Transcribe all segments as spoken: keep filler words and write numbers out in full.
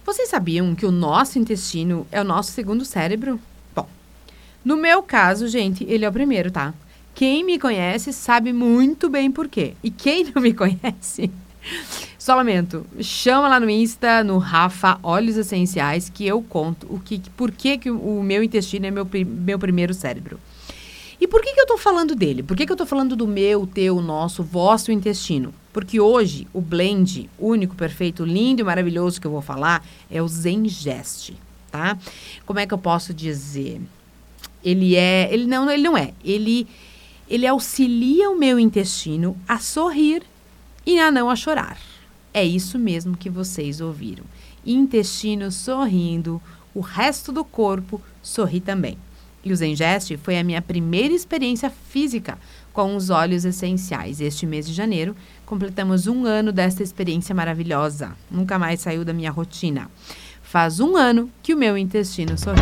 Vocês sabiam que o nosso intestino é o nosso segundo cérebro? Bom, no meu caso, gente, ele é o primeiro, tá? Quem me conhece sabe muito bem por quê. E quem não me conhece, só lamento, chama lá no Insta, no Rafa Óleos Essenciais, que eu conto o que, por que, que o meu intestino é meu, meu primeiro cérebro. E por que, que eu tô falando dele? Por que, que eu tô falando do meu, teu, nosso, vosso intestino? Porque hoje o blend único, perfeito, lindo e maravilhoso que eu vou falar é o Zengest, tá? Como é que eu posso dizer? Ele é... Ele não, ele não é. Ele, ele auxilia o meu intestino a sorrir e a não a chorar. É isso mesmo que vocês ouviram. Intestino sorrindo, o resto do corpo sorri também. E o Zengest foi a minha primeira experiência física com os óleos essenciais. Este mês de janeiro, completamos um ano desta experiência maravilhosa. Nunca mais saiu da minha rotina. Faz um ano que o meu intestino sorriu.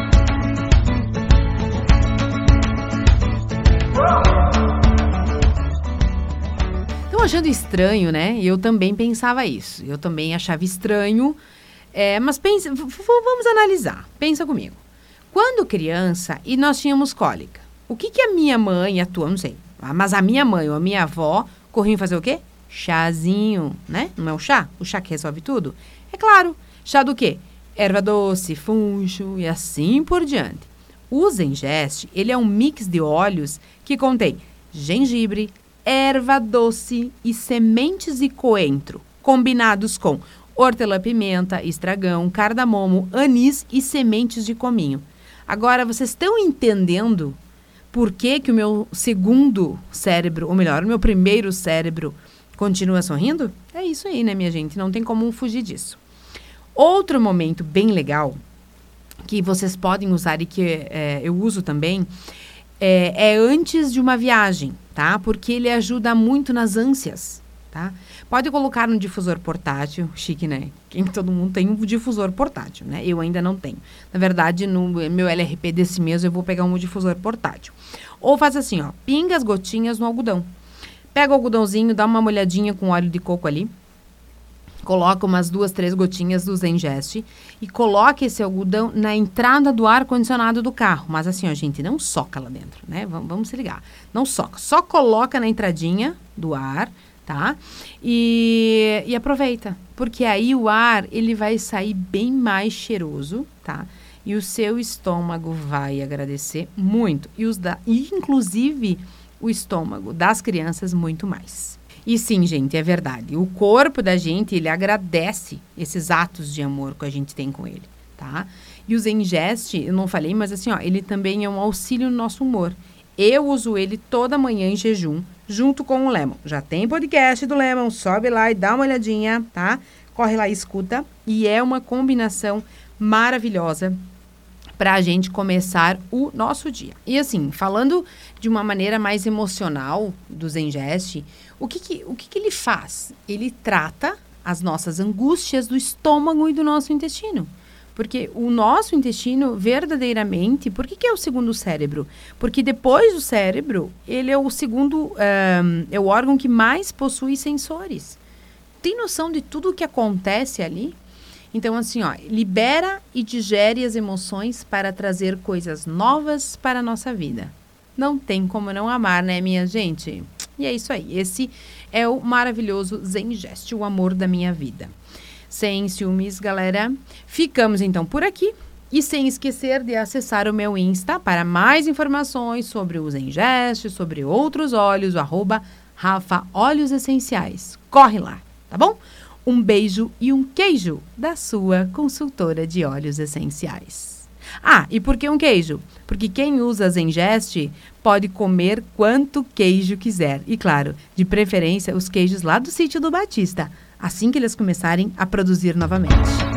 Estão achando estranho, né? Eu também pensava isso. Eu também achava estranho. É, mas pensa, v- v- vamos analisar. Pensa comigo. Quando criança, e nós tínhamos cólica, o que, que a minha mãe, a tua, não sei, mas a minha mãe ou a minha avó corriam fazer o quê? Chazinho, né? Não é o chá? O chá que resolve tudo? É claro. Chá do quê? Erva doce, funcho e assim por diante. O Zengest, ele é um mix de óleos que contém gengibre, erva doce e sementes de coentro, combinados com hortelã-pimenta, estragão, cardamomo, anis e sementes de cominho. Agora, vocês estão entendendo por que, que o meu segundo cérebro, ou melhor, o meu primeiro cérebro, continua sorrindo? É isso aí, né, minha gente? Não tem como fugir disso. Outro momento bem legal, que vocês podem usar e que é, eu uso também, é, é antes de uma viagem, tá? Porque ele ajuda muito nas ânsias, tá? Pode colocar no difusor portátil, chique, né? Quem, todo mundo tem um difusor portátil, né? Eu ainda não tenho. Na verdade, no meu L R P desse mês, eu vou pegar um difusor portátil. Ou faz assim, ó, pinga as gotinhas no algodão. Pega o algodãozinho, dá uma molhadinha com óleo de coco ali. Coloca umas duas, três gotinhas do Zengest e coloca esse algodão na entrada do ar-condicionado do carro. Mas assim, ó, gente, não soca lá dentro, né? Vamos, vamos se ligar. Não soca. Só coloca na entradinha do ar, tá? E, e aproveita. Porque aí o ar, ele vai sair bem mais cheiroso, tá? E o seu estômago vai agradecer muito. E, os da, e inclusive, o estômago das crianças muito mais. E sim, gente, é verdade. O corpo da gente, ele agradece esses atos de amor que a gente tem com ele, tá? E o Zengest, eu não falei, mas assim, ó, ele também é um auxílio no nosso humor. Eu uso ele toda manhã em jejum, junto com o Lemon. Já tem podcast do Lemon, sobe lá e dá uma olhadinha, tá? Corre lá e escuta. E é uma combinação maravilhosa para a gente começar o nosso dia. E assim, falando de uma maneira mais emocional do Zengest, o que que, o que que ele faz? Ele trata as nossas angústias do estômago e do nosso intestino. Porque o nosso intestino, verdadeiramente, por que que é o segundo cérebro? Porque depois do cérebro, ele é o segundo, um, é o órgão que mais possui sensores. Tem noção de tudo o que acontece ali? Então, assim, ó, libera e digere as emoções para trazer coisas novas para a nossa vida. Não tem como não amar, né, minha gente? E é isso aí. Esse é o maravilhoso Zengest, o amor da minha vida. Sem ciúmes, galera. Ficamos, então, por aqui. E sem esquecer de acessar o meu Insta para mais informações sobre o Zengest, sobre outros óleos, o arroba Rafa Óleos Essenciais. Corre lá, tá bom? Um beijo e um queijo da sua consultora de óleos essenciais. Ah, e por que um queijo? Porque quem usa Zengest pode comer quanto queijo quiser. E claro, de preferência, os queijos lá do sítio do Batista, assim que eles começarem a produzir novamente.